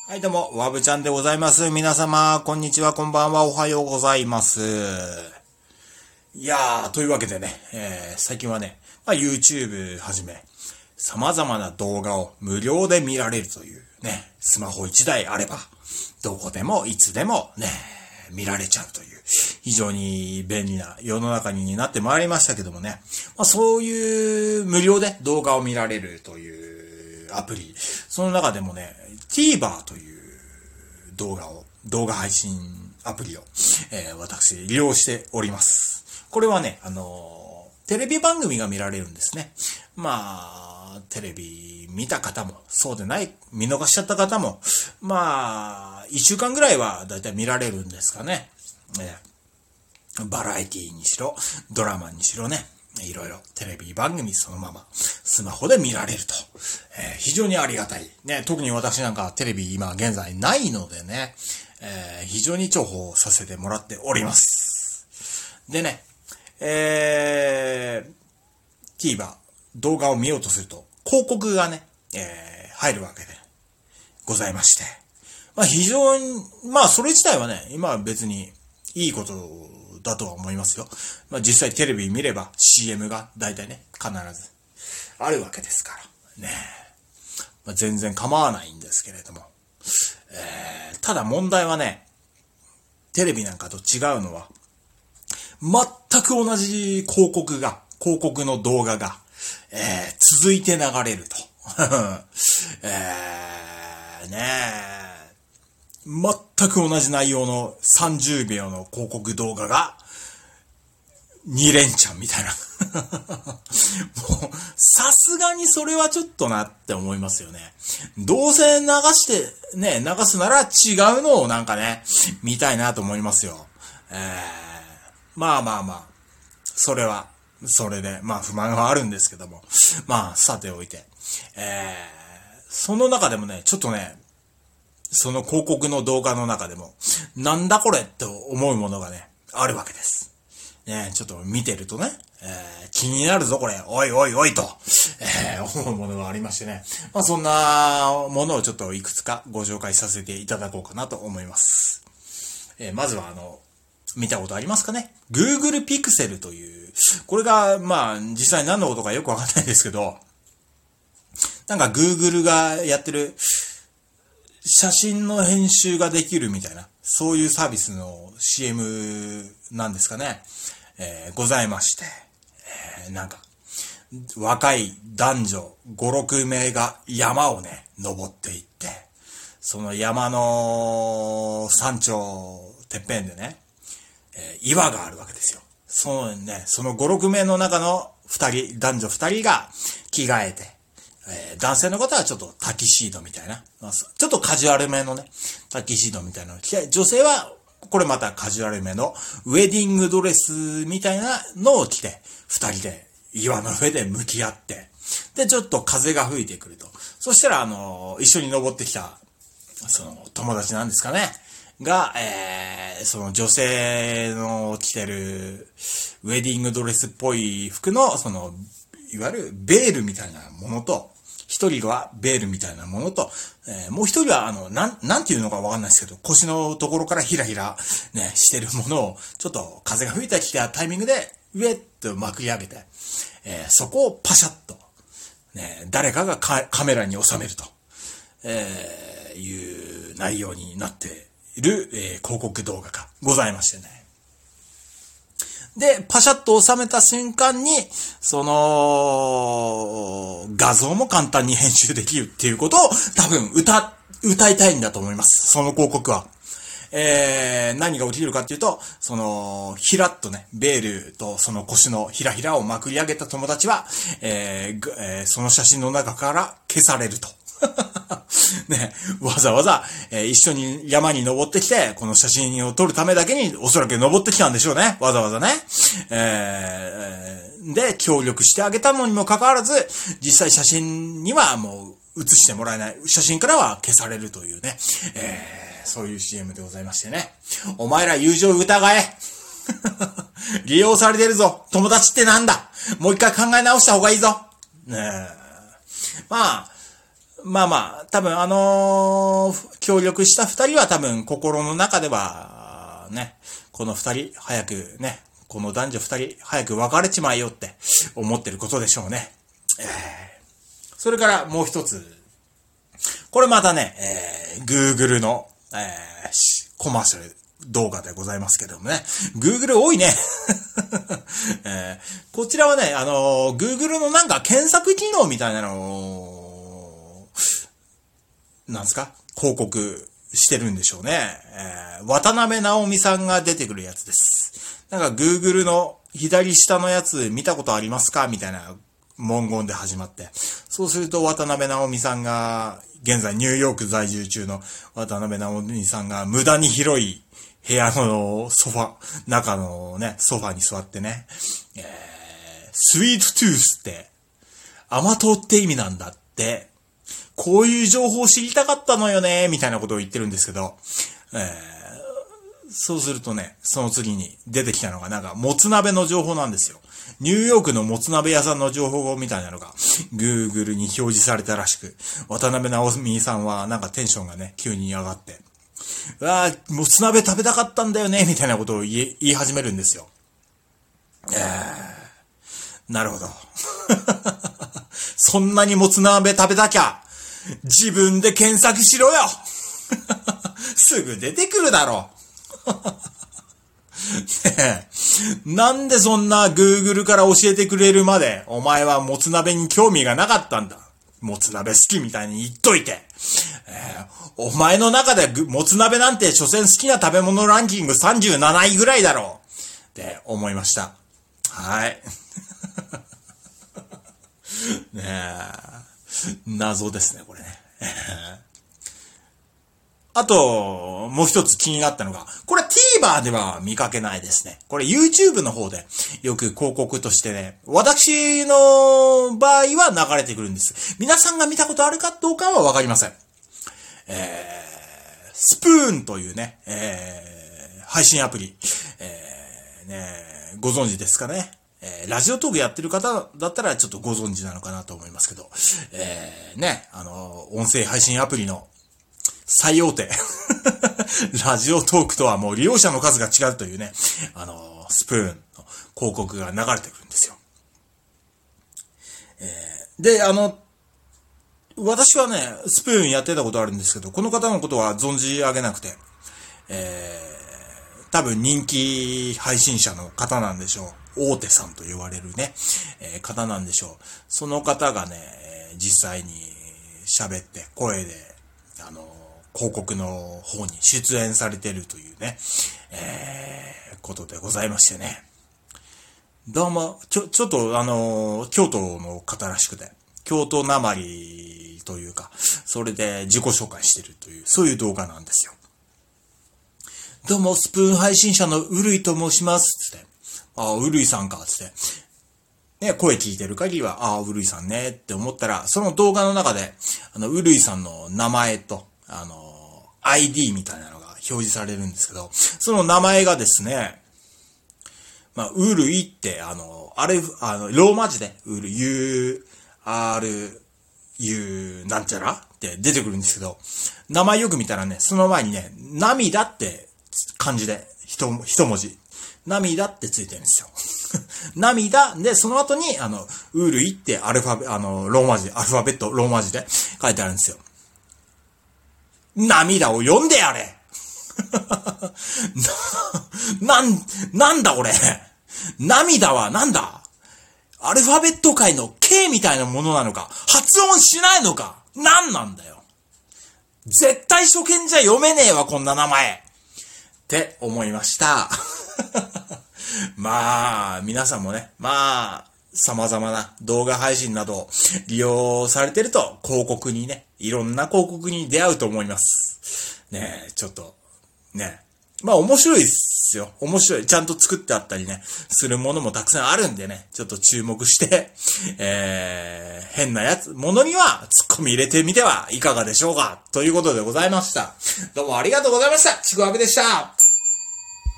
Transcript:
はい、どうも、わぶちゃんでございます。皆様、こんにちは、こんばんは、おはようございます。いやー、というわけでね、最近はね、YouTube はじめ、様々な動画を無料で見られるというね、スマホ1台あれば、どこでもいつでもね、見られちゃうという、非常に便利な世の中になってまいりましたけどもね、そういう無料で動画を見られるというアプリ、その中でもね、TVer という動画配信アプリを、私利用しております。これはね、テレビ番組が見られるんですね。テレビ見た方も、そうでない、見逃しちゃった方も、1週間ぐらいはだいたい見られるんですかね。バラエティにしろ、ドラマにしろね、いろいろテレビ番組そのままスマホで見られると、非常にありがたい。ね、特に私なんかテレビ今現在ないのでね、非常に重宝させてもらっております。でね、TVer 動画を見ようとすると広告がね、入るわけでございまして、非常に、それ自体はね、今は別にいいことだとは思いますよ。実際テレビ見れば CM が大体ね、必ずあるわけですからね。全然構わないんですけれども。ただ問題はね、テレビなんかと違うのは、全く同じ広告の動画が、続いて流れると。全く同じ内容の30秒の広告動画が2連チャンみたいな。もう、さすがにそれはちょっとなって思いますよね。どうせ流すなら違うのをなんかね、見たいなと思いますよ。それは、それで、不満はあるんですけども。さておいて。その中でもね、ちょっとね、その広告の動画の中でも、なんだこれって思うものがね、あるわけです。ね、ちょっと見てるとね、気になるぞこれ、おいおいおいと、思うものがありましてね。そんなものをちょっといくつかご紹介させていただこうかなと思います。まずは見たことありますかね？ Google Pixel という、これが、実際何のことかよくわかんないですけど、なんか Google がやってる、写真の編集ができるみたいな、そういうサービスの CM なんですかね。ございまして、なんか、若い男女5、6名が山をね、登っていって、その山の山頂、てっぺんでね、岩があるわけですよ。その5、6名の中の男女2人が着替えて、男性の方はちょっとタキシードみたいな、ちょっとカジュアルめのね、タキシードみたいなのを着て、女性はこれまたカジュアルめのウェディングドレスみたいなのを着て、2人で岩の上で向き合って、で、ちょっと風が吹いてくると。そしたら、一緒に登ってきた、その友達なんですかね。が、その女性の着てるウェディングドレスっぽい服の、いわゆるベールみたいなものと、一人はベールみたいなものと、もう一人はなんていうのかわかんないですけど、腰のところからひらひらね、してるものを、ちょっと風が吹いてきたタイミングで、上っとまくり上げて、そこをパシャッと、ね、誰かがカメラに収めると、いう内容になっている、広告動画がございましてね。で、パシャッと収めた瞬間に、その、画像も簡単に編集できるっていうことを多分歌いたいんだと思います。その広告は。何が起きるかっていうと、ひらっとね、ベールとその腰のひらひらをまくり上げた友達は、その写真の中から消されると。ね、わざわざ、一緒に山に登ってきて、この写真を撮るためだけにおそらく登ってきたんでしょうね。わざわざね。で、協力してあげたのにもかかわらず、実際写真にはもう写してもらえない。写真からは消されるというね。そういう CM でございましてね。お前ら友情疑え。利用されてるぞ。友達ってなんだ。もう一回考え直した方がいいぞ。ねえ。 まあまあ、多分協力した二人は多分心の中では、ね、この二人、早くね、この男女二人、早く別れちまえよって思ってることでしょうね。それからもう一つ。これまたね、Google の、コマーシャル動画でございますけどもね。Google 多いね。こちらはね、Google のなんか検索機能みたいなのを、なんすか広告してるんでしょうね。渡辺直美さんが出てくるやつです。なんか Google の左下のやつ見たことありますかみたいな文言で始まって。そうすると渡辺直美さんが、現在ニューヨーク在住中の渡辺直美さんが無駄に広い部屋のソファ、中のね、ソファに座ってね、スイートトゥースって、甘党って意味なんだって、こういう情報を知りたかったのよね、みたいなことを言ってるんですけど、そうするとね、その次に出てきたのがなんか、もつ鍋の情報なんですよ。ニューヨークのもつ鍋屋さんの情報みたいなのが、Google に表示されたらしく、渡辺直美さんはなんかテンションがね、急に上がって、もつ鍋食べたかったんだよね、みたいなことを言い始めるんですよ。なるほど。そんなにもつ鍋食べたきゃ、自分で検索しろよすぐ出てくるだろねえ、なんでそんな Google から教えてくれるまで、お前はもつ鍋に興味がなかったんだ。もつ鍋好きみたいに言っといて。お前の中でもつ鍋なんて所詮好きな食べ物ランキング37位ぐらいだろうって思いました。はい。ねえ、謎ですね、これね。あと、もう一つ気になったのが、これ TVer では見かけないですね。これ YouTube の方でよく広告としてね、私の場合は流れてくるんです。皆さんが見たことあるかどうかはわかりません。スプーンというね、配信アプリ、ご存知ですかね。ラジオトークやってる方だったらちょっとご存知なのかなと思いますけど、音声配信アプリの最大手。ラジオトークとはもう利用者の数が違うというね、スプーンの広告が流れてくるんですよ。で、私はね、スプーンやってたことあるんですけど、この方のことは存じ上げなくて、多分人気配信者の方なんでしょう。大手さんと言われるね、方なんでしょう。その方がね、実際に喋って声で、広告の方に出演されているというね、ことでございましてね。どうも、ちょっと京都の方らしくて、京都なまりというか、それで自己紹介してるという、そういう動画なんですよ。どうも、スプーン配信者のうるいと申します。つって。うるいさんか。つって。ね、声聞いてる限りは、うるいさんねって思ったら、その動画の中で、うるいさんの名前と、ID みたいなのが表示されるんですけど、その名前がですね、うるいって、ローマ字で、U、なんちゃらって出てくるんですけど、名前よく見たらね、その前にね、涙って漢字で、一文字。涙ってついてるんですよ。涙で、その後に、うるいってローマ字、アルファベット、ローマ字で書いてあるんですよ。涙を読んでやれなんだ俺涙はなんだアルファベット界の K みたいなものなのか発音しないのかなんだよ絶対初見じゃ読めねえわ、こんな名前って思いました。まあ、皆さんもね、様々な動画配信などを利用されてると、広告にね、いろんな広告に出会うと思います。ねえ、ちょっと、ね。面白いっすよ。面白い。ちゃんと作ってあったりね、するものもたくさんあるんでね、ちょっと注目して、変なものにはツッコミ入れてみてはいかがでしょうか。ということでございました。どうもありがとうございました。ちくわぶでした。